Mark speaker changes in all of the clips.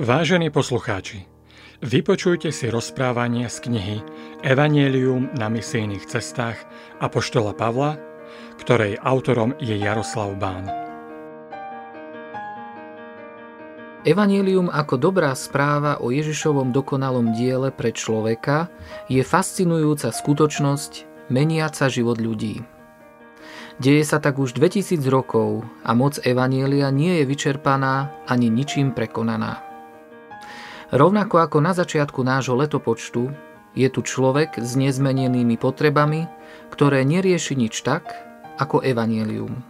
Speaker 1: Vážení poslucháči, vypočujte si rozprávanie z knihy Evanjelium na misijných cestách apoštola Pavla, ktorej autorom je Jaroslav Bán.
Speaker 2: Evanjelium ako dobrá správa o Ježišovom dokonalom diele pre človeka je fascinujúca skutočnosť meniaca život ľudí. Deje sa tak už 2000 rokov a moc Evanjelia nie je vyčerpaná ani ničím prekonaná. Rovnako ako na začiatku nášho letopočtu, je tu človek s nezmenenými potrebami, ktoré nerieši nič tak, ako Evanjelium.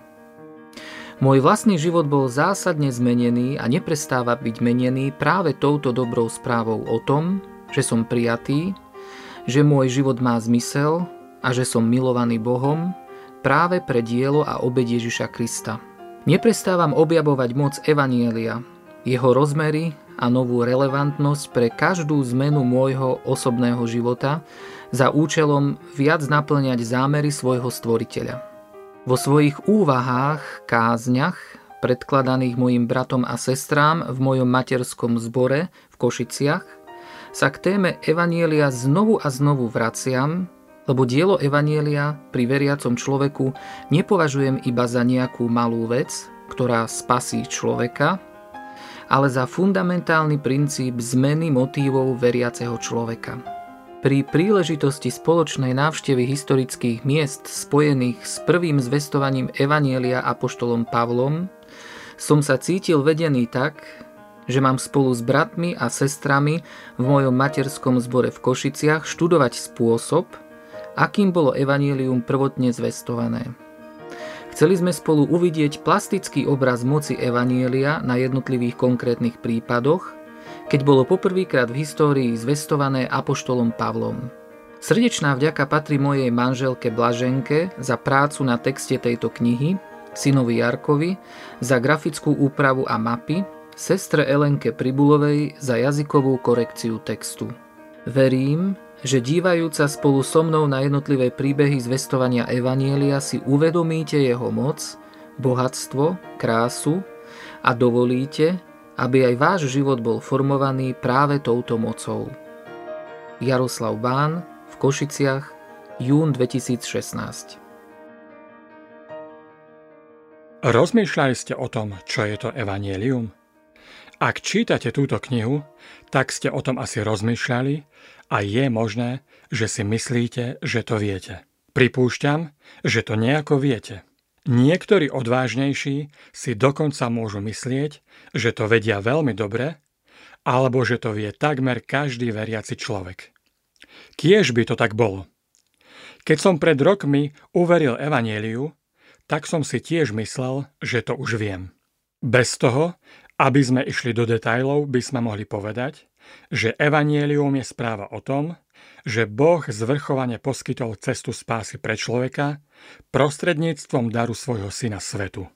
Speaker 2: Môj vlastný život bol zásadne zmenený a neprestáva byť menený práve touto dobrou správou o tom, že som prijatý, že môj život má zmysel a že som milovaný Bohom práve pre dielo a obeť Ježiša Krista. Neprestávam objavovať moc Evanjelia, jeho rozmery a novú relevantnosť pre každú zmenu môjho osobného života za účelom viac naplňať zámery svojho stvoriteľa. Vo svojich úvahách, kázniach, predkladaných mojim bratom a sestrám v mojom materskom zbore v Košiciach, sa k téme Evanjelia znovu a znovu vraciam, lebo dielo Evanjelia pri veriacom človeku nepovažujem iba za nejakú malú vec, ktorá spasí človeka, ale za fundamentálny princíp zmeny motívov veriaceho človeka. Pri príležitosti spoločnej návštevy historických miest spojených s prvým zvestovaním Evanjelia apoštolom Pavlom som sa cítil vedený tak, že mám spolu s bratmi a sestrami v mojom materskom zbore v Košiciach študovať spôsob, akým bolo Evanjelium prvotne zvestované. Chceli sme spolu uvidieť plastický obraz moci Evanjelia na jednotlivých konkrétnych prípadoch, keď bolo poprvýkrát v histórii zvestované apoštolom Pavlom. Srdečná vďaka patrí mojej manželke Blaženke za prácu na texte tejto knihy, synovi Jarkovi za grafickú úpravu a mapy, sestre Elenke Pribulovej za jazykovú korekciu textu. Verím, že dívajúca spolu so mnou na jednotlivé príbehy zvestovania Evanjelia si uvedomíte jeho moc, bohatstvo, krásu a dovolíte, aby aj váš život bol formovaný práve touto mocou. Jaroslav Bán v Košiciach, jún 2016.
Speaker 1: Rozmýšľali ste o tom, čo je to Evanjelium? Ak čítate túto knihu, tak ste o tom asi rozmýšľali a je možné, že si myslíte, že to viete. Pripúšťam, že to nejako viete. Niektorí odvážnejší si dokonca môžu myslieť, že to vedia veľmi dobre, alebo že to vie takmer každý veriaci človek. Kiež by to tak bolo. Keď som pred rokmi uveril Evanjeliu, tak som si tiež myslel, že to už viem. Bez toho, aby sme išli do detailov, by sme mohli povedať, že Evanjelium je správa o tom, že Boh zvrchovane poskytol cestu spásy pre človeka prostredníctvom daru svojho syna svetu.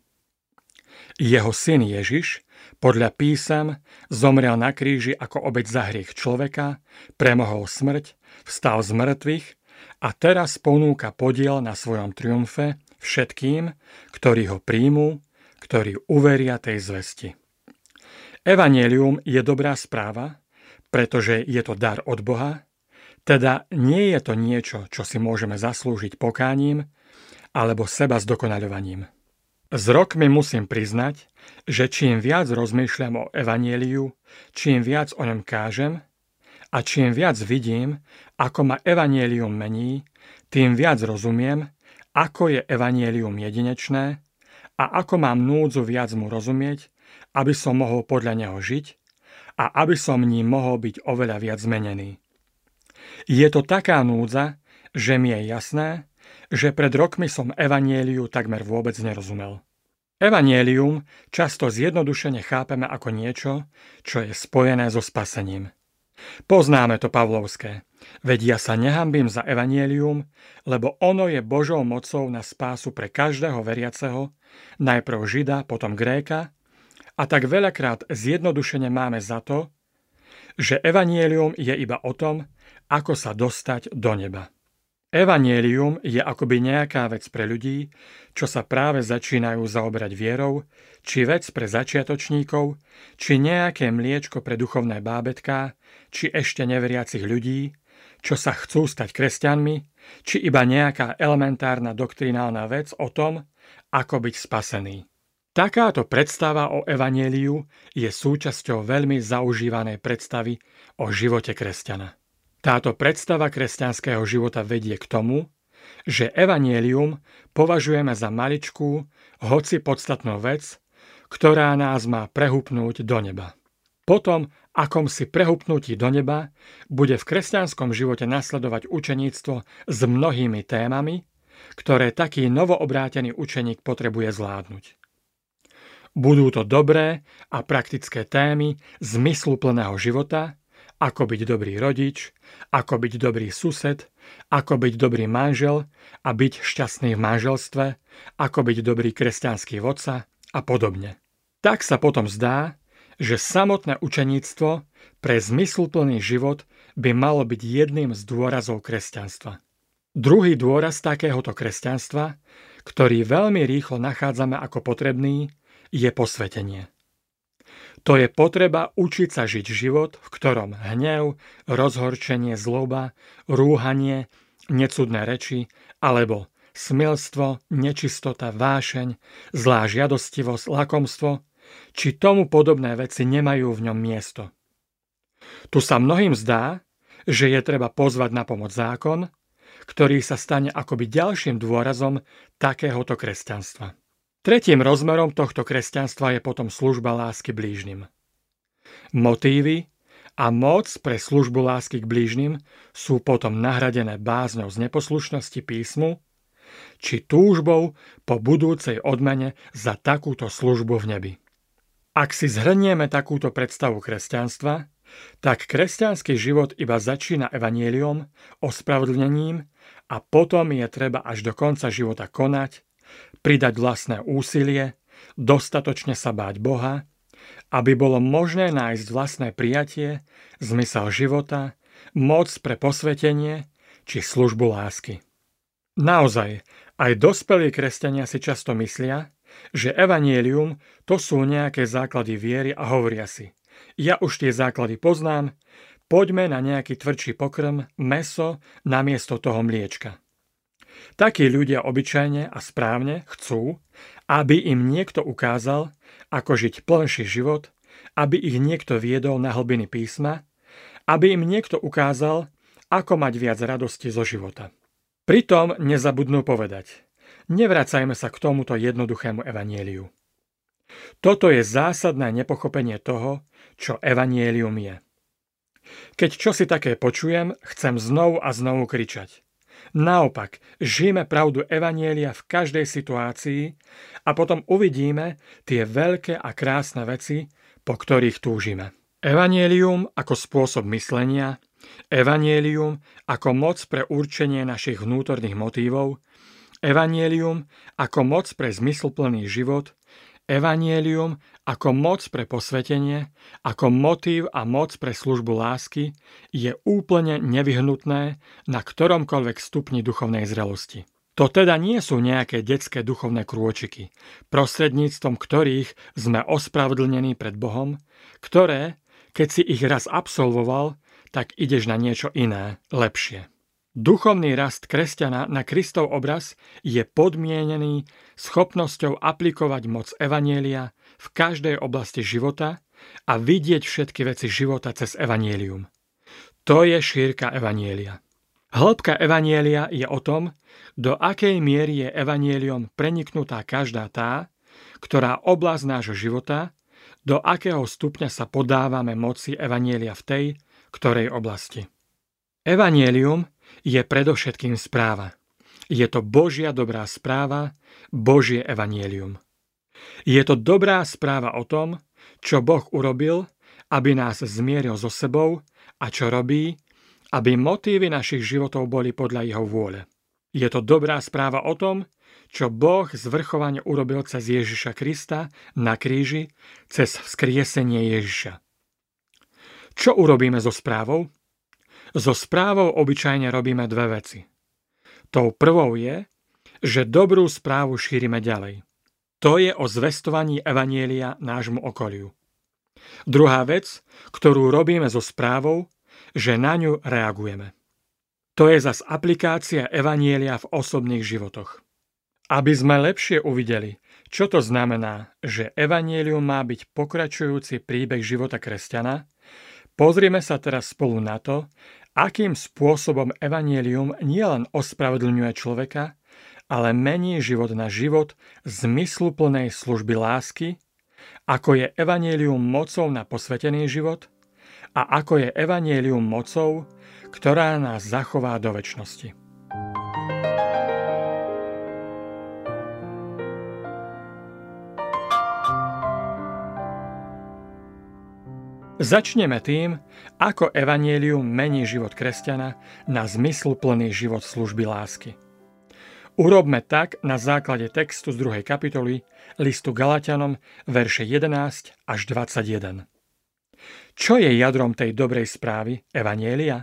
Speaker 1: Jeho syn Ježiš, podľa písam, zomrel na kríži ako obeť za hriech človeka, premohol smrť, vstal z mŕtvych a teraz ponúka podiel na svojom triumfe všetkým, ktorí ho príjmú, ktorí uveria tej zvesti. Evanjelium je dobrá správa, pretože je to dar od Boha, teda nie je to niečo, čo si môžeme zaslúžiť pokáním alebo seba zdokonaľovaním. S rokmi musím priznať, že čím viac rozmýšľam o Evanjeliu, čím viac o ňom kážem a čím viac vidím, ako ma Evanjelium mení, tým viac rozumiem, ako je Evanjelium jedinečné a ako mám núdzu viac mu rozumieť, aby som mohol podľa neho žiť a aby som ním mohol byť oveľa viac zmenený. Je to taká núdza, že mi je jasné, že pred rokmi som Evanjeliu takmer vôbec nerozumel. Evanjelium často zjednodušene chápeme ako niečo, čo je spojené so spasením. Poznáme to pavlovské, veď ja sa nehanbím za Evanjelium, lebo ono je Božou mocou na spásu pre každého veriaceho, najprv Žida, potom Gréka, a tak veľakrát zjednodušene máme za to, že Evanjelium je iba o tom, ako sa dostať do neba. Evanjelium je akoby nejaká vec pre ľudí, čo sa práve začínajú zaoberať vierou, či vec pre začiatočníkov, či nejaké mliečko pre duchovné bábätká, či ešte neveriacich ľudí, čo sa chcú stať kresťanmi, či iba nejaká elementárna doktrinálna vec o tom, ako byť spasený. Takáto predstava o evanjeliu je súčasťou veľmi zaužívanej predstavy o živote kresťana. Táto predstava kresťanského života vedie k tomu, že evanjelium považujeme za maličkú, hoci podstatnú vec, ktorá nás má prehupnúť do neba. Potom, akomsi prehupnutí do neba, bude v kresťanskom živote nasledovať učeníctvo s mnohými témami, ktoré taký novoobrátený učeník potrebuje zvládnuť. Budú to dobré a praktické témy zmysluplného života, ako byť dobrý rodič, ako byť dobrý sused, ako byť dobrý manžel a byť šťastný v manželstve, ako byť dobrý kresťanský vodca a podobne. Tak sa potom zdá, že samotné učeníctvo pre zmysluplný život by malo byť jedným z dôrazov kresťanstva. Druhý dôraz takéhoto kresťanstva, ktorý veľmi rýchlo nachádzame ako potrebný, je posvetenie. To je potreba učiť sa žiť život, v ktorom hnev, rozhorčenie, zloba, rúhanie, necudné reči alebo smilstvo, nečistota, vášeň, zlá žiadostivosť, lakomstvo, či tomu podobné veci nemajú v ňom miesto. Tu sa mnohým zdá, že je treba pozvať na pomoc zákon, ktorý sa stane akoby ďalším dôrazom takéhoto kresťanstva. Tretím rozmerom tohto kresťanstva je potom služba lásky blížnym. Motívy a moc pre službu lásky k blížnym sú potom nahradené bázňou z neposlušnosti písmu či túžbou po budúcej odmene za takúto službu v nebi. Ak si zhrnieme takúto predstavu kresťanstva, tak kresťanský život iba začína evanjeliom, ospravedlnením a potom je treba až do konca života konať, pridať vlastné úsilie, dostatočne sa báť Boha, aby bolo možné nájsť vlastné prijatie, zmysel života, moc pre posvetenie či službu lásky. Naozaj, aj dospelí kresťania si často myslia, že evanjelium to sú nejaké základy viery a hovoria si: ja už tie základy poznám, poďme na nejaký tvrdší pokrm, mäso namiesto toho mliečka. Takí ľudia obyčajne a správne chcú, aby im niekto ukázal, ako žiť plnší život, aby ich niekto viedol na hlbiny písma, aby im niekto ukázal, ako mať viac radosti zo života. Pritom nezabudnú povedať: nevracajme sa k tomuto jednoduchému evanjeliu. Toto je zásadné nepochopenie toho, čo evanjelium je. Keď čosi také počujem, chcem znovu a znovu kričať: naopak, žijeme pravdu evanjelia v každej situácii a potom uvidíme tie veľké a krásne veci, po ktorých túžime. Evanjelium ako spôsob myslenia, evanjelium ako moc pre určenie našich vnútorných motívov, evanjelium ako moc pre zmysluplný život, evanjelium ako moc pre posvetenie, ako motív a moc pre službu lásky je úplne nevyhnutné na ktoromkoľvek stupni duchovnej zrelosti. To teda nie sú nejaké detské duchovné krôčiky, prostredníctvom ktorých sme ospravedlnení pred Bohom, ktoré, keď si ich raz absolvoval, tak ideš na niečo iné, lepšie. Duchovný rast kresťana na Kristov obraz je podmienený schopnosťou aplikovať moc evanjelia v každej oblasti života a vidieť všetky veci života cez evanjelium. To je šírka evanjelia. Hĺbka evanjelia je o tom, do akej miery je evanjelium preniknutá každá tá, ktorá oblasť nášho života, do akého stupňa sa podávame moci evanjelia v tej, ktorej oblasti. Evanjelium je predovšetkým správa. Je to Božia dobrá správa, Božie evanjelium. Je to dobrá správa o tom, čo Boh urobil, aby nás zmieril so sebou a čo robí, aby motívy našich životov boli podľa jeho vôle. Je to dobrá správa o tom, čo Boh zvrchovane urobil cez Ježiša Krista na kríži, cez vzkriesenie Ježiša. Čo urobíme so správou? So správou obyčajne robíme dve veci. Tou prvou je, že dobrú správu šírime ďalej. To je o zvestovaní evanjelia nášmu okoliu. Druhá vec, ktorú robíme so správou, že na ňu reagujeme. To je zas aplikácia evanjelia v osobných životoch. Aby sme lepšie uvideli, čo to znamená, že evanjelium má byť pokračujúci príbeh života kresťana, pozrieme sa teraz spolu na to, akým spôsobom evanjelium nielen ospravedlňuje človeka, ale mení život na život zmysluplnej služby lásky, ako je evanjelium mocou na posvätený život a ako je evanjelium mocou, ktorá nás zachová do večnosti. Začneme tým, ako evanjelium mení život kresťana na zmysluplný život služby lásky. Urobme tak na základe textu z 2. kapitoly listu Galatianom, verše 11 až 21. Čo je jadrom tej dobrej správy evanjelia?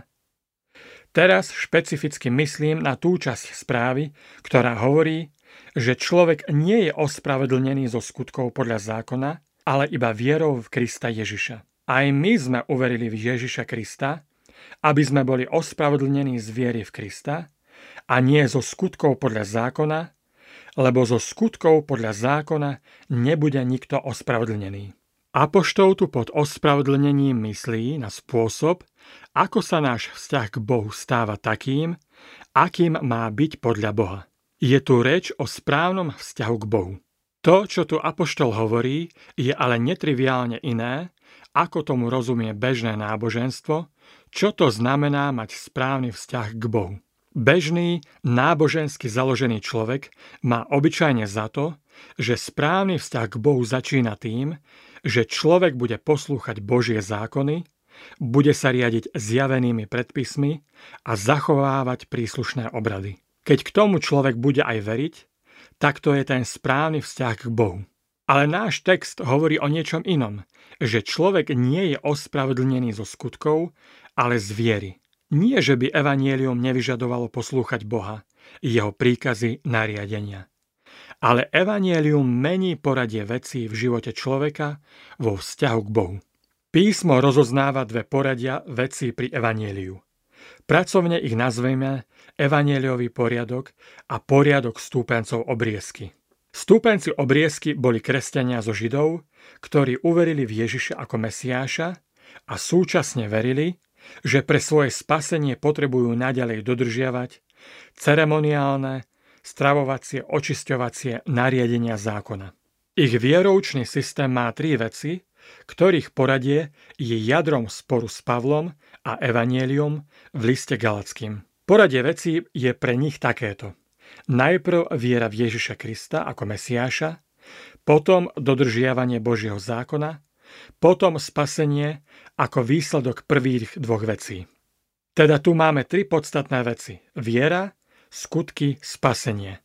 Speaker 1: Teraz špecificky myslím na tú časť správy, ktorá hovorí, že človek nie je ospravedlnený zo skutkov podľa zákona, ale iba vierou v Krista Ježiša. Aj my sme uverili v Ježiša Krista, aby sme boli ospravedlnení z viery v Krista, a nie zo skutkov podľa zákona, lebo zo skutkov podľa zákona nebude nikto ospravedlnený. Apoštol tu pod ospravedlnením myslí na spôsob, ako sa náš vzťah k Bohu stáva takým, akým má byť podľa Boha. Je tu reč o správnom vzťahu k Bohu. To, čo tu apoštol hovorí, je ale netriviálne iné, ako tomu rozumie bežné náboženstvo, čo to znamená mať správny vzťah k Bohu. Bežný, nábožensky založený človek má obyčajne za to, že správny vzťah k Bohu začína tým, že človek bude poslúchať Božie zákony, bude sa riadiť zjavenými predpismi a zachovávať príslušné obrady. Keď k tomu človek bude aj veriť, tak to je ten správny vzťah k Bohu. Ale náš text hovorí o niečom inom, že človek nie je ospravedlnený zo skutkov, ale z viery. Nie, že by evanjelium nevyžadovalo poslúchať Boha, jeho príkazy, nariadenia. Ale evanjelium mení poradie vecí v živote človeka vo vzťahu k Bohu. Písmo rozoznáva dve poradia vecí pri evanjeliu. Pracovne ich nazveme evanjeliový poriadok a poriadok stúpencov obriezky. Stúpenci obriezky boli kresťania zo Židov, ktorí uverili v Ježiša ako Mesiáša a súčasne verili, že pre svoje spasenie potrebujú naďalej dodržiavať ceremoniálne, stravovacie, očisťovacie nariadenia zákona. Ich vieroučný systém má 3 veci, ktorých poradie je jadrom sporu s Pavlom a evanjeliom v liste Galatským. Poradie vecí je pre nich takéto. Najprv viera v Ježiša Krista ako Mesiáša, potom dodržiavanie Božieho zákona, potom spasenie ako výsledok prvých 2 vecí. Teda tu máme 3 podstatné veci. Viera, skutky, spasenie.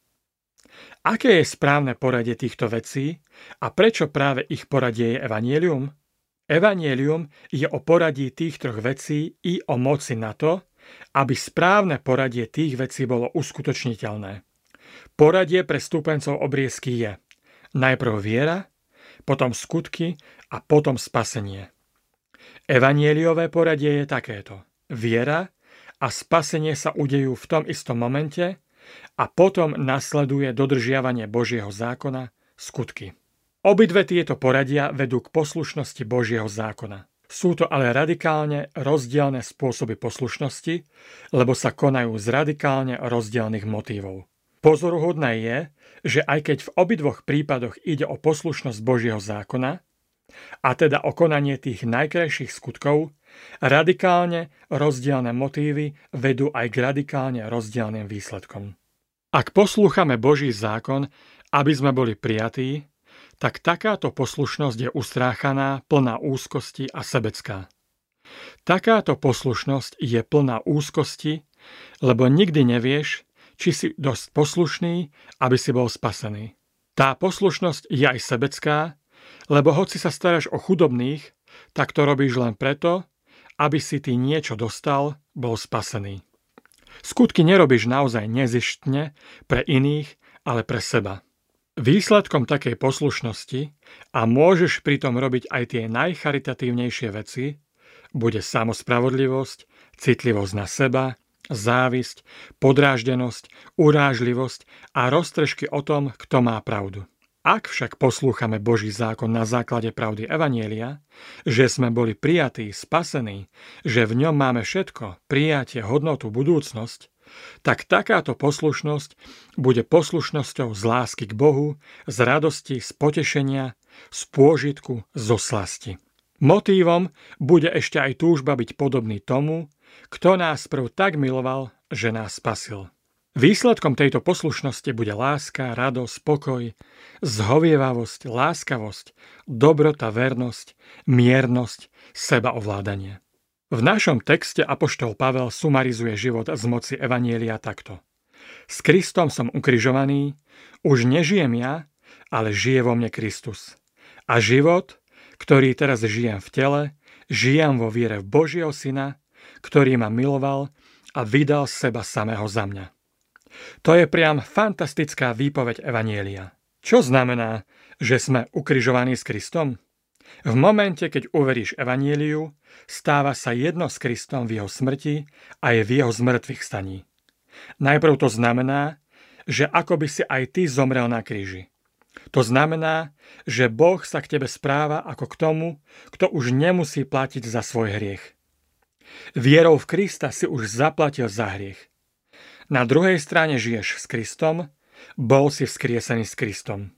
Speaker 1: Aké je správne poradie týchto vecí a prečo práve ich poradie je evanjelium? Evanjelium je o poradí tých 3 vecí i o moci na to, aby správne poradie tých vecí bolo uskutočniteľné. Poradie pre stúpencov obriezky je najprv viera, potom skutky a potom spasenie. Evanjeliové poradie je takéto. Viera a spasenie sa udejú v tom istom momente a potom nasleduje dodržiavanie Božieho zákona, skutky. Obidve tieto poradia vedú k poslušnosti Božieho zákona. Sú to ale radikálne rozdielne spôsoby poslušnosti, lebo sa konajú z radikálne rozdielnych motívov. Pozoruhodné je, že aj keď v obidvoch prípadoch ide o poslušnosť Božieho zákona, a teda o konanie tých najkrajších skutkov, radikálne rozdielne motívy vedú aj k radikálne rozdielnym výsledkom. Ak poslúchame Boží zákon, aby sme boli prijatí, tak takáto poslušnosť je ustráchaná, plná úzkosti a sebecká. Takáto poslušnosť je plná úzkosti, lebo nikdy nevieš, či si dosť poslušný, aby si bol spasený. Tá poslušnosť je aj sebecká, lebo hoci sa staráš o chudobných, tak to robíš len preto, aby si ty niečo dostal, bol spasený. Skutky nerobíš naozaj nezištne pre iných, ale pre seba. Výsledkom takej poslušnosti, a môžeš pritom robiť aj tie najcharitatívnejšie veci, bude samospravodlivosť, citlivosť na seba, závisť, podráždenosť, urážlivosť a roztržky o tom, kto má pravdu. Ak však poslúchame Boží zákon na základe pravdy Evanjelia, že sme boli prijatí, spasení, že v ňom máme všetko, prijatie, hodnotu, budúcnosť, tak takáto poslušnosť bude poslušnosťou z lásky k Bohu, z radosti, z potešenia, z pôžitku, zo slasti. Motívom bude ešte aj túžba byť podobný tomu, kto nás prv tak miloval, že nás spasil. Výsledkom tejto poslušnosti bude láska, radosť, pokoj, zhovievavosť, láskavosť, dobrota, vernosť, miernosť, sebaovládanie. V našom texte apoštol Pavel sumarizuje život z moci Evanjelia takto. S Kristom som ukrižovaný, už nežijem ja, ale žije vo mne Kristus. A život, ktorý teraz žijem v tele, žijem vo viere v Božieho Syna, ktorý ma miloval a vydal seba samého za mňa. To je priam fantastická výpoveď Evanjelia. Čo znamená, že sme ukrižovaní s Kristom? V momente, keď uveríš Evanjeliu, stáva sa jedno s Kristom v jeho smrti a je v jeho zmrtvých staní. Najprv to znamená, že ako by si aj ty zomrel na kríži. To znamená, že Boh sa k tebe správa ako k tomu, kto už nemusí platiť za svoj hriech. Vierou v Krista si už zaplatil za hriech. Na druhej strane žiješ s Kristom, bol si vzkriesený s Kristom.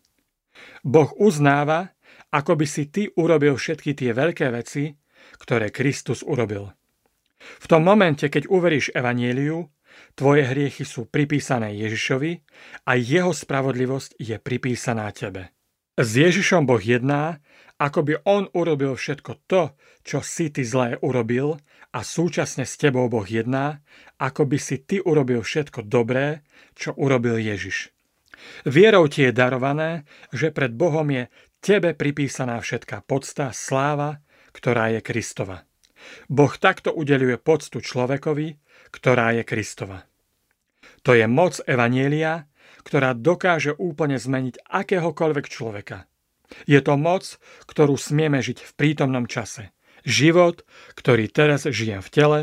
Speaker 1: Boh uznáva, ako by si ty urobil všetky tie veľké veci, ktoré Kristus urobil. V tom momente, keď uveríš Evanjeliu, tvoje hriechy sú pripísané Ježišovi a jeho spravodlivosť je pripísaná tebe. S Ježišom Boh jedná, ako by on urobil všetko to, čo si ty zlé urobil, a súčasne s tebou Boh jedná, ako by si ty urobil všetko dobré, čo urobil Ježiš. Vierou ti je darované, že pred Bohom je tebe pripísaná všetká podsta, sláva, ktorá je Kristova. Boh takto udeľuje poctu človekovi, ktorá je Kristova. To je moc Evanjelia, ktorá dokáže úplne zmeniť akéhokoľvek človeka. Je to moc, ktorú smieme žiť v prítomnom čase. Život, ktorý teraz žijem v tele,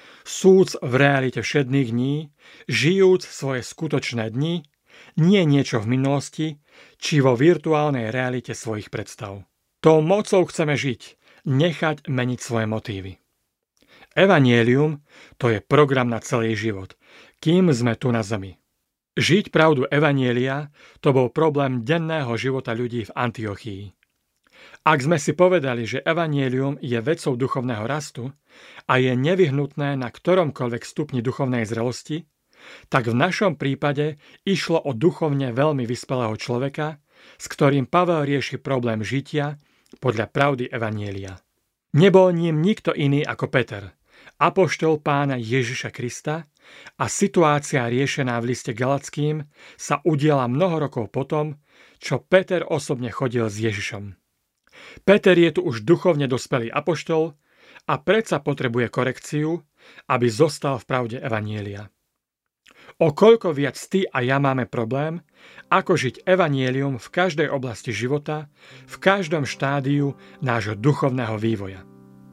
Speaker 1: súc v realite všedných dní, žijúc svoje skutočné dni, nie niečo v minulosti, či vo virtuálnej realite svojich predstav. Tou mocou chceme žiť, nechať meniť svoje motívy. Evanjelium to je program na celý život, kým sme tu na zemi. Žiť pravdu Evanjelia to bol problém denného života ľudí v Antiochii. Ak sme si povedali, že Evanjelium je vecou duchovného rastu a je nevyhnutné na ktoromkoľvek stupni duchovnej zrelosti, tak v našom prípade išlo o duchovne veľmi vyspelého človeka, s ktorým Pavel rieši problém žitia podľa pravdy Evanjelia. Nebol ním nikto iný ako Peter, apoštol Pána Ježiša Krista, a situácia riešená v liste Galackým sa udiala mnoho rokov potom, čo Peter osobne chodil s Ježišom. Peter je tu už duchovne dospelý apoštol a predsa potrebuje korekciu, aby zostal v pravde Evanjelia. O koľko viac ty a ja máme problém, ako žiť Evanjelium v každej oblasti života, v každom štádiu nášho duchovného vývoja.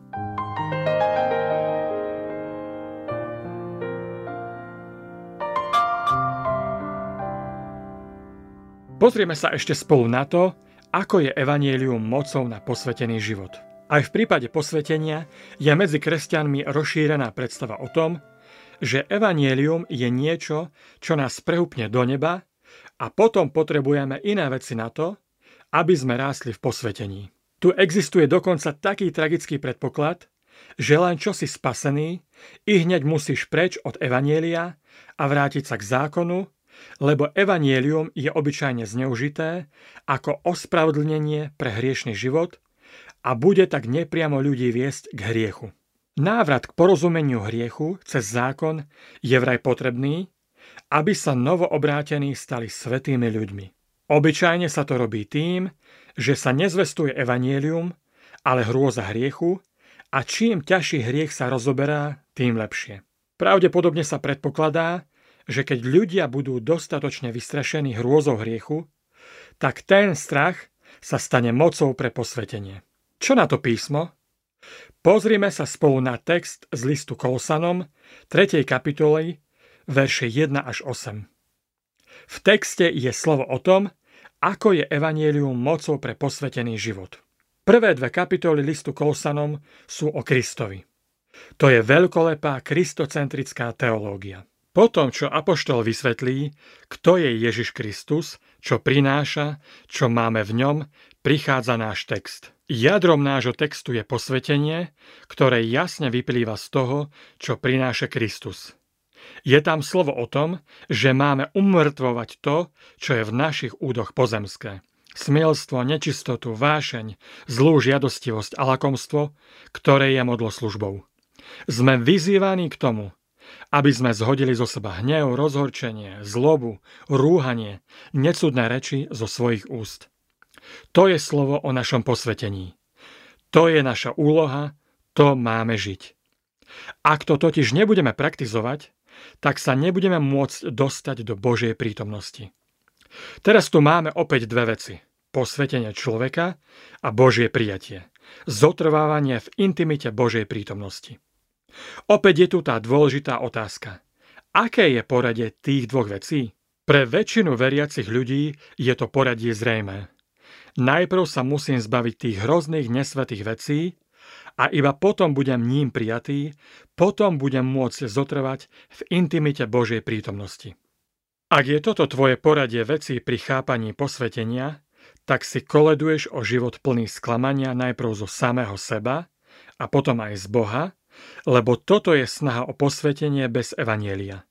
Speaker 1: Pozrieme sa ešte spolu na to, ako je Evanjelium mocou na posvetený život. Aj v prípade posvetenia je medzi kresťanmi rozšírená predstava o tom, že Evanjelium je niečo, čo nás prehúpne do neba a potom potrebujeme iné veci na to, aby sme rástli v posvetení. Tu existuje dokonca taký tragický predpoklad, že len čo si spasený, i hneď musíš preč od Evanjelia a vrátiť sa k zákonu, lebo Evanjelium je obyčajne zneužité ako ospravedlnenie pre hriešny život a bude tak nepriamo ľudí viesť k hriechu. Návrat k porozumeniu hriechu cez zákon je vraj potrebný, aby sa novoobrátení stali svätými ľuďmi. Obyčajne sa to robí tým, že sa nezvestuje Evanjelium, ale hrôza hriechu, a čím ťažší hriech sa rozoberá, tým lepšie. Pravdepodobne sa predpokladá, že keď ľudia budú dostatočne vystrašení hrôzou hriechu, tak ten strach sa stane mocou pre posvetenie. Čo na to písmo? Pozrime sa spolu na text z listu Kolosanom, 3. kapitoly, verše 1 až 8. V texte je slovo o tom, ako je evanjelium mocou pre posvetený život. Prvé 2 kapitoly listu Kolosanom sú o Kristovi. To je veľkolepá kristocentrická teológia. Potom, čo apoštol vysvetlí, kto je Ježiš Kristus, čo prináša, čo máme v ňom, prichádza náš text. Jadrom nášho textu je posvetenie, ktoré jasne vyplýva z toho, čo prináša Kristus. Je tam slovo o tom, že máme umrtvovať to, čo je v našich údoch pozemské. Smielstvo, nečistotu, vášeň, zlú žiadostivosť a lakomstvo, ktoré je modloslužbou. Sme vyzývaní k tomu, aby sme zhodili zo seba hnev, rozhorčenie, zlobu, rúhanie, necudné reči zo svojich úst. To je slovo o našom posvetení. To je naša úloha, to máme žiť. Ak to totiž nebudeme praktizovať, tak sa nebudeme môcť dostať do Božej prítomnosti. Teraz tu máme opäť 2 veci. Posvetenie človeka a Božie prijatie. Zotrvávanie v intimite Božej prítomnosti. Opäť je tu tá dôležitá otázka. Aké je poradie tých 2 vecí? Pre väčšinu veriacich ľudí je to poradie zrejmé. Najprv sa musím zbaviť tých hrozných nesvätých vecí a iba potom budem ním prijatý, potom budem môcť zotrvať v intimite Božej prítomnosti. Ak je toto tvoje poradie vecí pri chápaní posvetenia, tak si koleduješ o život plný sklamania najprv zo samého seba a potom aj z Boha, lebo toto je snaha o posvetenie bez evanjelia.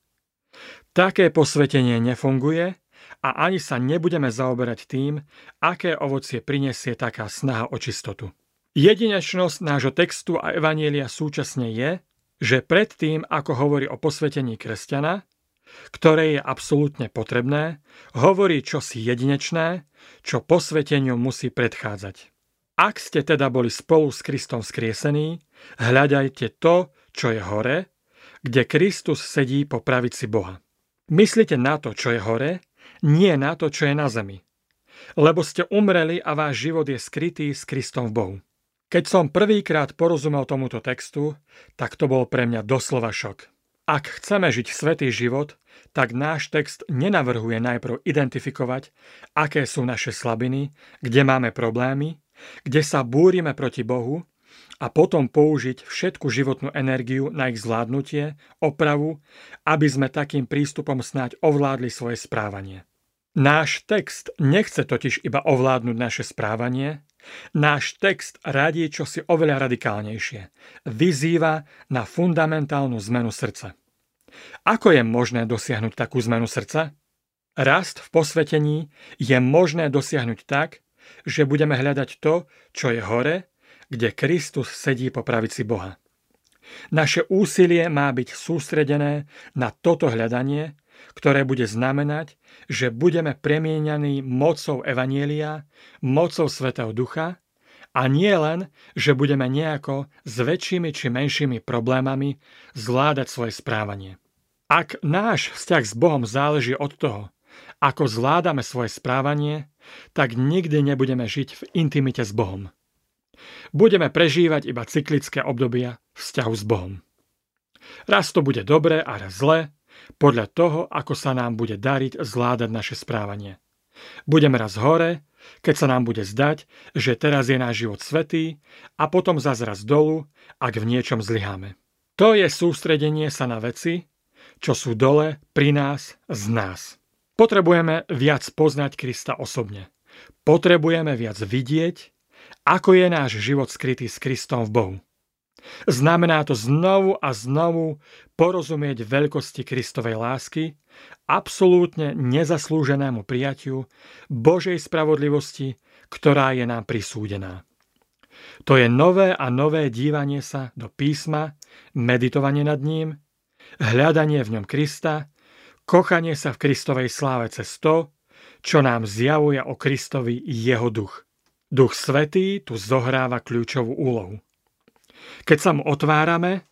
Speaker 1: Také posvetenie nefunguje a ani sa nebudeme zaoberať tým, aké ovocie prinesie taká snaha o čistotu. Jedinečnosť nášho textu a evanjelia súčasne je, že predtým, ako hovorí o posvetení kresťana, ktoré je absolútne potrebné, hovorí čosi jedinečné, čo posveteniu musí predchádzať. Ak ste teda boli spolu s Kristom vzkriesení, hľadajte to, čo je hore, kde Kristus sedí po pravici Boha. Myslite na to, čo je hore, nie na to, čo je na zemi. Lebo ste umreli a váš život je skrytý s Kristom v Bohu. Keď som prvýkrát porozumel tomuto textu, tak to bol pre mňa doslova šok. Ak chceme žiť svätý život, tak náš text nenavrhuje najprv identifikovať, aké sú naše slabiny, kde máme problémy, kde sa búrime proti Bohu a potom použiť všetku životnú energiu na ich zvládnutie, opravu, aby sme takým prístupom snáď ovládli svoje správanie. Náš text nechce totiž iba ovládnuť naše správanie, náš text radí čosi oveľa radikálnejšie. Vyzýva na fundamentálnu zmenu srdca. Ako je možné dosiahnuť takú zmenu srdca? Rast v posvetení je možné dosiahnuť tak, že budeme hľadať to, čo je hore, kde Kristus sedí po pravici Boha. Naše úsilie má byť sústredené na toto hľadanie, ktoré bude znamenať, že budeme premieňaní mocou evanjelia, mocou Svätého Ducha a nie len, že budeme nejako s väčšími či menšími problémami zvládať svoje správanie. Ak náš vzťah s Bohom záleží od toho, ako zvládame svoje správanie, tak nikdy nebudeme žiť v intimite s Bohom. Budeme prežívať iba cyklické obdobia vzťahu s Bohom. Raz to bude dobré a raz zlé, podľa toho, ako sa nám bude dariť zvládať naše správanie. Budeme raz hore, keď sa nám bude zdať, že teraz je náš život svätý, a potom zas raz dolu, ak v niečom zlyháme. To je sústredenie sa na veci, čo sú dole, pri nás, z nás. Potrebujeme viac poznať Krista osobne. Potrebujeme viac vidieť, ako je náš život skrytý s Kristom v Bohu. Znamená to znovu a znovu porozumieť veľkosti Kristovej lásky, absolútne nezaslúženému prijatiu Božej spravodlivosti, ktorá je nám prisúdená. To je nové a nové dívanie sa do písma, meditovanie nad ním, hľadanie v ňom Krista, kochanie sa v Kristovej sláve cez to, čo nám zjavuje o Kristovi jeho duch. Duch Svätý tu zohráva kľúčovú úlohu. Keď sa mu otvárame,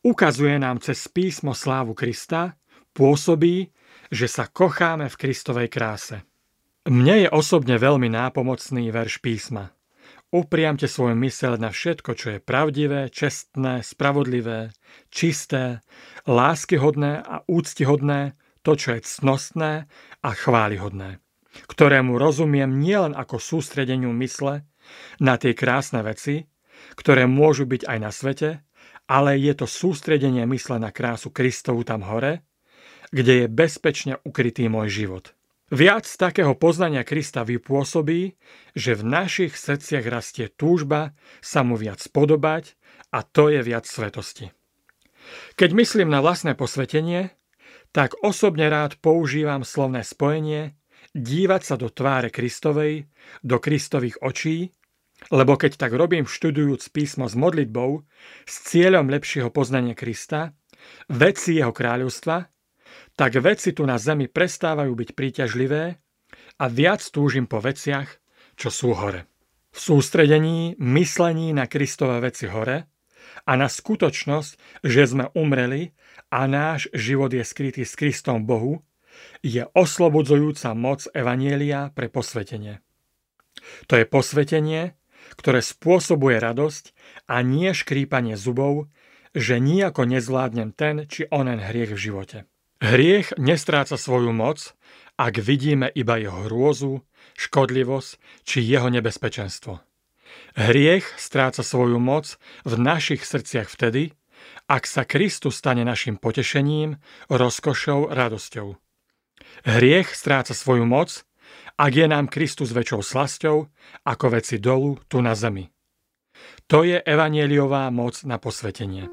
Speaker 1: Ukazuje nám cez písmo slávu Krista, pôsobí, že sa kocháme v Kristovej kráse. Mne je osobne veľmi nápomocný verš písma. Upriamte svoju myseľ na všetko, čo je pravdivé, čestné, spravodlivé, čisté, láskyhodné a úctihodné, to, čo je ctnostné a chválihodné, ktorému rozumiem nielen ako sústredeniu mysle na tie krásne veci, ktoré môžu byť aj na svete, ale je to sústredenie mysle na krásu Kristovu tam hore, kde je bezpečne ukrytý môj život. Viac takého poznania Krista vypôsobí, že v našich srdciach rastie túžba sa mu viac podobať a to je viac svetosti. Keď myslím na vlastné posvetenie, tak osobne rád používam slovné spojenie dívať sa do tváre Kristovej, do Kristových očí, lebo keď tak robím študujúc písmo s modlitbou s cieľom lepšieho poznania Krista, veci jeho kráľovstva, tak veci tu na zemi prestávajú byť príťažlivé a viac túžim po veciach, čo sú hore. V sústredení, myslení na Kristové veci hore a na skutočnosť, že sme umreli a náš život je skrytý s Kristom Bohu, je oslobodzujúca moc evanjelia pre posvetenie. To je posvetenie, ktoré spôsobuje radosť a nie škrípanie zubov, že nijako nezvládnem ten či onen hriech v živote. Hriech nestráca svoju moc, ak vidíme iba jeho hrôzu, škodlivosť či jeho nebezpečenstvo. Hriech stráca svoju moc v našich srdciach vtedy, ak sa Kristus stane našim potešením, rozkošou, radosťou. Hriech stráca svoju moc, ak je nám Kristus väčšou slasťou, ako veci dolu tu na zemi. To je evanjeliová moc na posvetenie.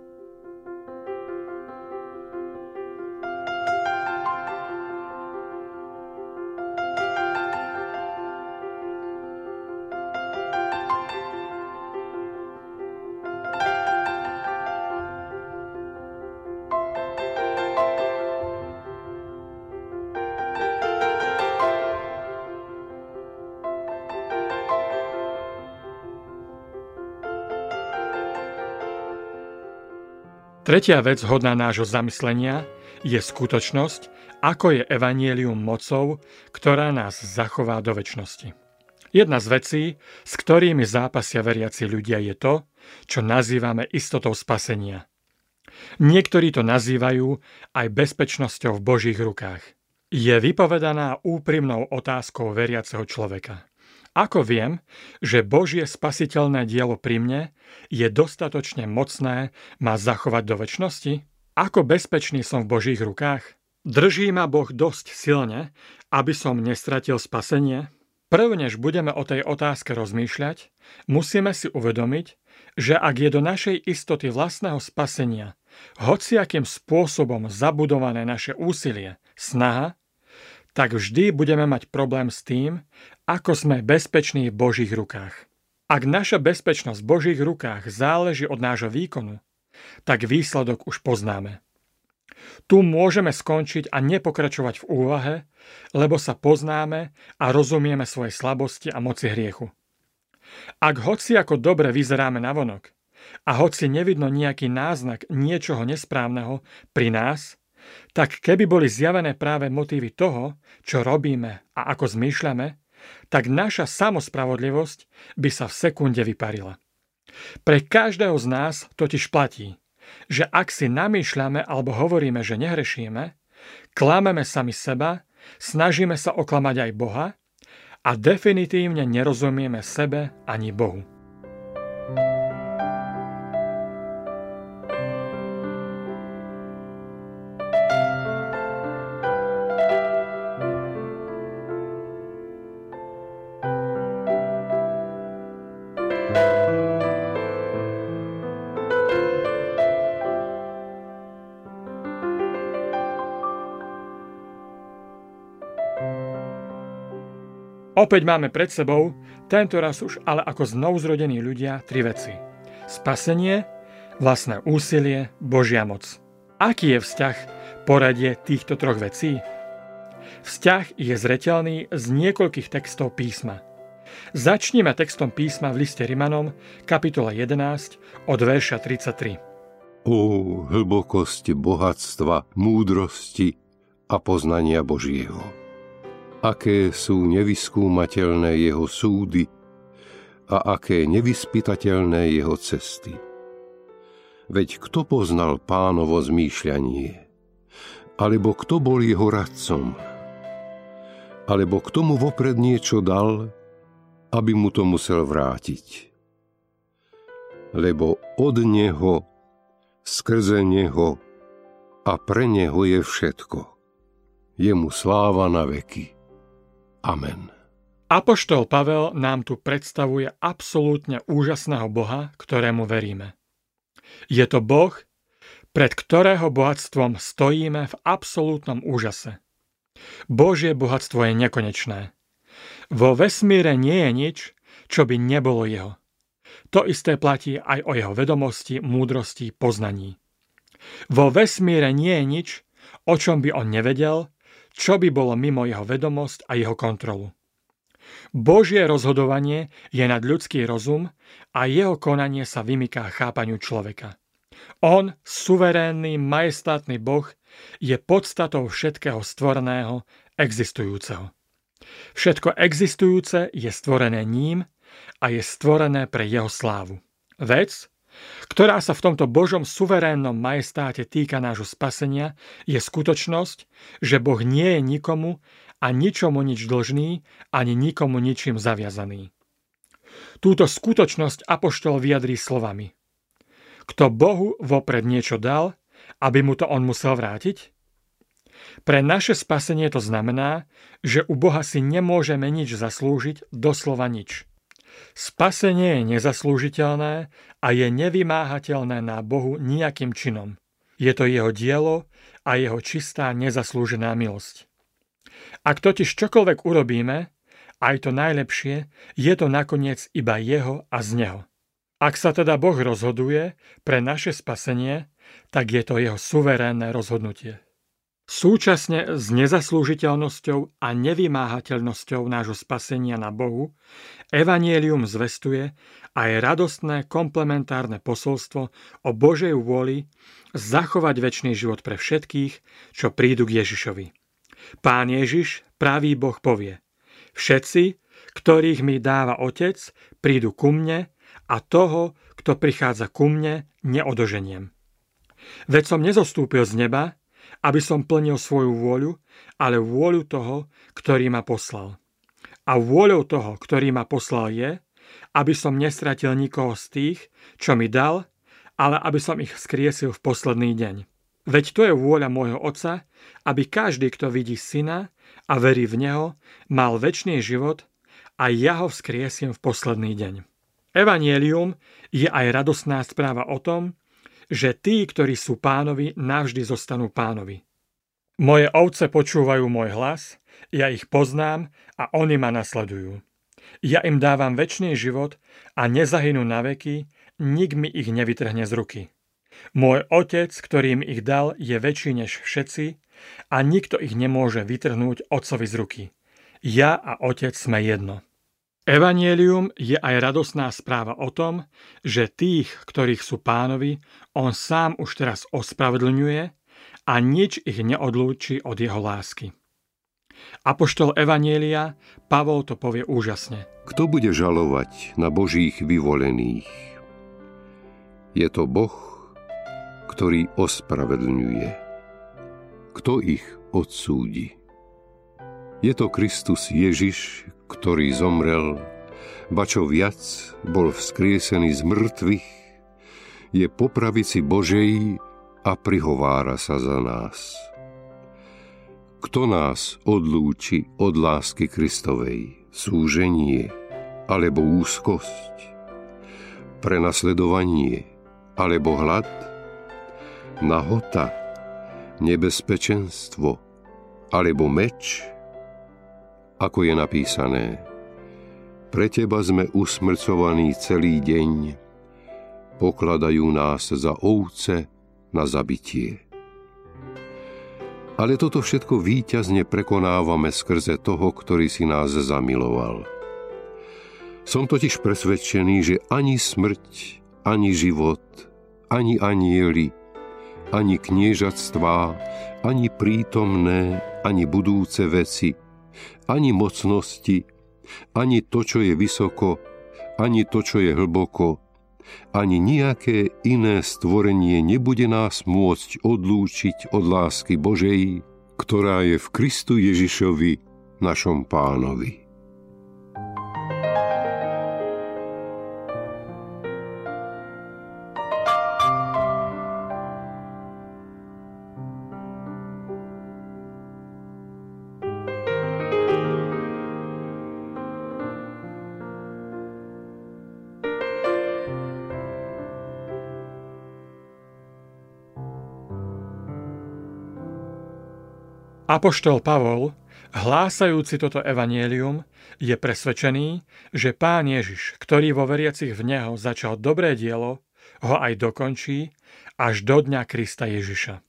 Speaker 1: Tretia vec hodná nášho zamyslenia je skutočnosť, ako je evanjelium mocou, ktorá nás zachová do večnosti. Jedna z vecí, s ktorými zápasia veriaci ľudia, je to, čo nazývame istotou spasenia. Niektorí to nazývajú aj bezpečnosťou v Božích rukách. Je vypovedaná úprimnou otázkou veriaceho človeka. Ako viem, že Božie spasiteľné dielo pri mne je dostatočne mocné ma zachovať do večnosti? Ako bezpečný som v Božích rukách? Drží ma Boh dosť silne, aby som nestratil spasenie? Prv, než budeme o tej otázke rozmýšľať, musíme si uvedomiť, že ak je do našej istoty vlastného spasenia hociakým spôsobom zabudované naše úsilie, snaha, tak vždy budeme mať problém s tým, ako sme bezpeční v Božích rukách. Ak naša bezpečnosť v Božích rukách záleží od nášho výkonu, tak výsledok už poznáme. Tu môžeme skončiť a nepokračovať v úvahe, lebo sa poznáme a rozumieme svoje slabosti a moci hriechu. Ak hoci ako dobre vyzeráme navonok a hoci nevidno nejaký náznak niečoho nesprávneho pri nás, tak keby boli zjavené práve motívy toho, čo robíme a ako zmýšľame, tak naša samospravodlivosť by sa v sekunde vyparila. Pre každého z nás totiž platí, že ak si namýšľame alebo hovoríme, že nehrešíme, klameme sami seba, snažíme sa oklamať aj Boha a definitívne nerozumieme sebe ani Bohu. Opäť máme pred sebou, tentoraz už ale ako znovuzrodení ľudia, tri veci. Spasenie, vlastné úsilie, Božia moc. Aký je vzťah, poradie týchto troch vecí? Vzťah je zreteľný z niekoľkých textov písma. Začnime textom písma v liste Rimanom, kapitola 11, od verša 33.
Speaker 3: Ó hlbokosť bohatstva, múdrosti a poznania Božieho. Aké sú nevyskúmateľné jeho súdy a aké nevyspytateľné jeho cesty. Veď kto poznal Pánovo zmýšľanie? Alebo kto bol jeho radcom? Alebo kto mu vopred niečo dal, aby mu to musel vrátiť? Lebo od neho, skrze neho a pre neho je všetko. Jemu sláva na veky. Amen.
Speaker 1: Apoštol Pavel nám tu predstavuje absolútne úžasného Boha, ktorému veríme. Je to Boh, pred ktorého bohatstvom stojíme v absolútnom úžase. Božie bohatstvo je nekonečné. Vo vesmíre nie je nič, čo by nebolo jeho. To isté platí aj o jeho vedomosti, múdrosti, poznaní. Vo vesmíre nie je nič, o čom by on nevedel, čo by bolo mimo jeho vedomosť a jeho kontrolu. Božie rozhodovanie je nad ľudský rozum a jeho konanie sa vymyká chápaniu človeka. On, suverénny, majestátny Boh, je podstatou všetkého stvoreného, existujúceho. Všetko existujúce je stvorené ním a je stvorené pre jeho slávu. Vec, ktorá sa v tomto Božom suverénnom majestáte týka nášho spasenia, je skutočnosť, že Boh nie je nikomu a ničomu nič dlžný, ani nikomu ničím zaviazaný. Túto skutočnosť apoštol vyjadrí slovami: Kto Bohu vopred niečo dal, aby mu to on musel vrátiť? Pre naše spasenie to znamená, že u Boha si nemôžeme nič zaslúžiť, doslova nič. Spasenie je nezaslúžiteľné a je nevymáhateľné na Bohu nijakým činom. Je to jeho dielo a jeho čistá nezaslúžená milosť. Ak totiž čokoľvek urobíme, aj to najlepšie, je to nakoniec iba jeho a z neho. Ak sa teda Boh rozhoduje pre naše spasenie, tak je to jeho suverénne rozhodnutie. Súčasne s nezaslúžiteľnosťou a nevymáhateľnosťou nášho spasenia na Bohu, evanjelium zvestuje aj radostné komplementárne posolstvo o Božej vôli zachovať večný život pre všetkých, čo prídu k Ježišovi. Pán Ježiš, pravý Boh, povie: Všetci, ktorých mi dáva Otec, prídu ku mne a toho, kto prichádza ku mne, neodoženiem. Veď som nezostúpil z neba, aby som plnil svoju vôľu, ale vôľu toho, ktorý ma poslal. A vôľou toho, ktorý ma poslal, je, aby som nestratil nikoho z tých, čo mi dal, ale aby som ich vzkriesil v posledný deň. Veď to je vôľa môjho Otca, aby každý, kto vidí Syna a verí v Neho, mal večný život a ja ho vzkriesím v posledný deň. Evanjelium je aj radostná správa o tom, že tí, ktorí sú Pánovi, navždy zostanú Pánovi. Moje ovce počúvajú môj hlas, ja ich poznám a oni ma nasledujú. Ja im dávam večný život a nezahynú na veky, nik mi ich nevytrhne z ruky. Môj Otec, ktorý mi ich dal, je väčší než všetci a nikto ich nemôže vytrhnúť Otcovi z ruky. Ja a Otec sme jedno. Evanjelium je aj radostná správa o tom, že tých, ktorých sú Pánovi, on sám už teraz ospravedlňuje a nič ich neodlúči od jeho lásky. Apoštol Evanjelia Pavol to povie úžasne.
Speaker 3: Kto bude žalovať na Božích vyvolených? Je to Boh, ktorý ospravedlňuje. Kto ich odsúdi? Je to Kristus Ježiš, ktorý zomrel, ba čo viac, bol vzkriesený z mŕtvych, je po pravici Božej a prihovára sa za nás. Kto nás odlúči od lásky Kristovej? Súženie alebo úzkosť? Prenasledovanie alebo hlad? Nahota? Nebezpečenstvo alebo meč? Ako je napísané: Pre teba sme usmrcovaní celý deň, pokladajú nás za ovce na zabitie. Ale toto všetko víťazne prekonávame skrze toho, ktorý si nás zamiloval. Som totiž presvedčený, že ani smrť, ani život, ani anjeli, ani kniežatstvá, ani prítomné, ani budúce veci, ani mocnosti, ani to, čo je vysoko, ani to, čo je hlboko, ani nejaké iné stvorenie nebude nás môcť odlúčiť od lásky Božej, ktorá je v Kristu Ježišovi, našom Pánovi.
Speaker 1: Apoštol Pavol, hlásajúci toto evanjelium, je presvedčený, že Pán Ježiš, ktorý vo veriacich v Neho začal dobré dielo, ho aj dokončí až do dňa Krista Ježiša.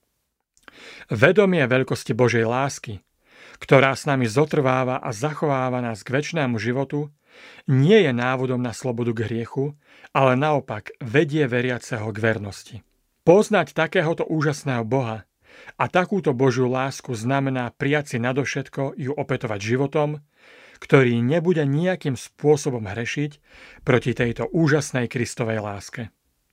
Speaker 1: Vedomie veľkosti Božej lásky, ktorá s nami zotrváva a zachováva nás k večnému životu, nie je návodom na slobodu k hriechu, ale naopak vedie veriaceho k vernosti. Poznať takéhoto úžasného Boha a takúto Božiu lásku znamená prijať si nadovšetko ju opätovať životom, ktorý nebude nejakým spôsobom hrešiť proti tejto úžasnej Kristovej láske.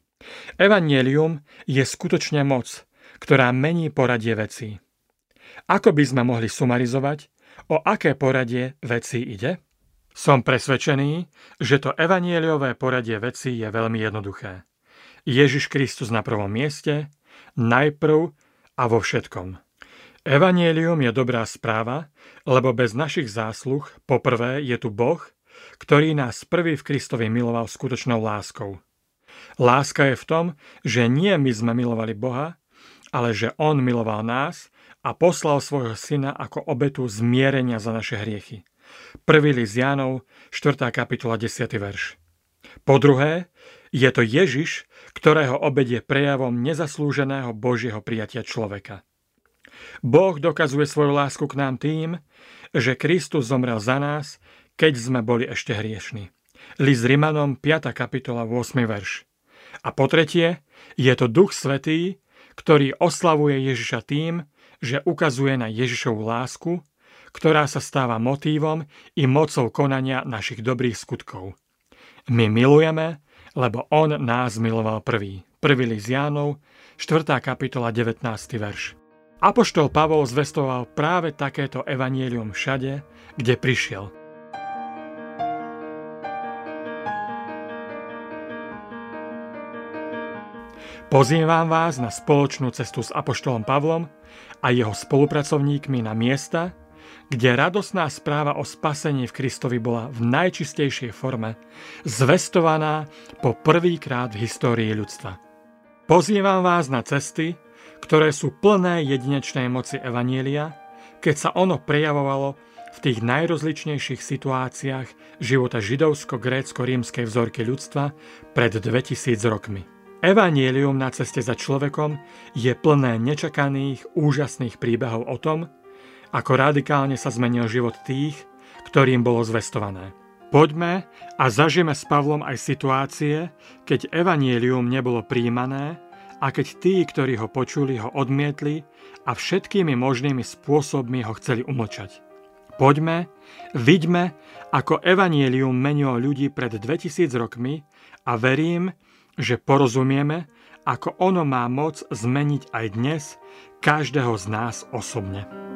Speaker 1: Evanjelium je skutočne moc, ktorá mení poradie vecí. Ako by sme mohli sumarizovať, o aké poradie vecí ide? Som presvedčený, že to evanjeliové poradie vecí je veľmi jednoduché. Ježiš Kristus na prvom mieste, najprv a vo všetkom. Evanjelium je dobrá správa, lebo bez našich zásluh, poprvé, je tu Boh, ktorý nás prvý v Kristovi miloval skutočnou láskou. Láska je v tom, že nie my sme milovali Boha, ale že On miloval nás a poslal svojho syna ako obetu zmierenia za naše hriechy. 1. list Jánov, 4. kapitola, 10. verš. Po druhé, je to Ježiš, ktorého obeť je prejavom nezaslúženého Božieho prijatia človeka. Boh dokazuje svoju lásku k nám tým, že Kristus zomrel za nás, keď sme boli ešte hriešni. List Rimanom, 5. kapitola, 8. verš. A po tretie, je to Duch Svätý, ktorý oslavuje Ježiša tým, že ukazuje na Ježišovu lásku, ktorá sa stáva motívom i mocou konania našich dobrých skutkov. My milujeme, lebo On nás miloval prvý. 1. list Jánov, 4. kapitola, 19. verš. Apoštol Pavol zvestoval práve takéto evanjelium všade, kde prišiel. Pozývam vás na spoločnú cestu s apoštolom Pavlom a jeho spolupracovníkmi na miesta, kde radosná správa o spasení v Kristovi bola v najčistejšej forme zvestovaná po prvýkrát v histórii ľudstva. Pozývam vás na cesty, ktoré sú plné jedinečnej moci evanjelia, keď sa ono prejavovalo v tých najrozličnejších situáciách života židovsko-grécko-rímskej vzorky ľudstva pred 2000 rokmi. Evanjelium na ceste za človekom je plné nečakaných, úžasných príbehov o tom, ako radikálne sa zmenil život tých, ktorým bolo zvestované. Poďme a zažijeme s Pavlom aj situácie, keď evanjelium nebolo prijímané a keď tí, ktorí ho počuli, ho odmietli a všetkými možnými spôsobmi ho chceli umlčať. Poďme, vidíme, ako evanjelium menilo ľudí pred 2000 rokmi a verím, že porozumieme, ako ono má moc zmeniť aj dnes každého z nás osobne.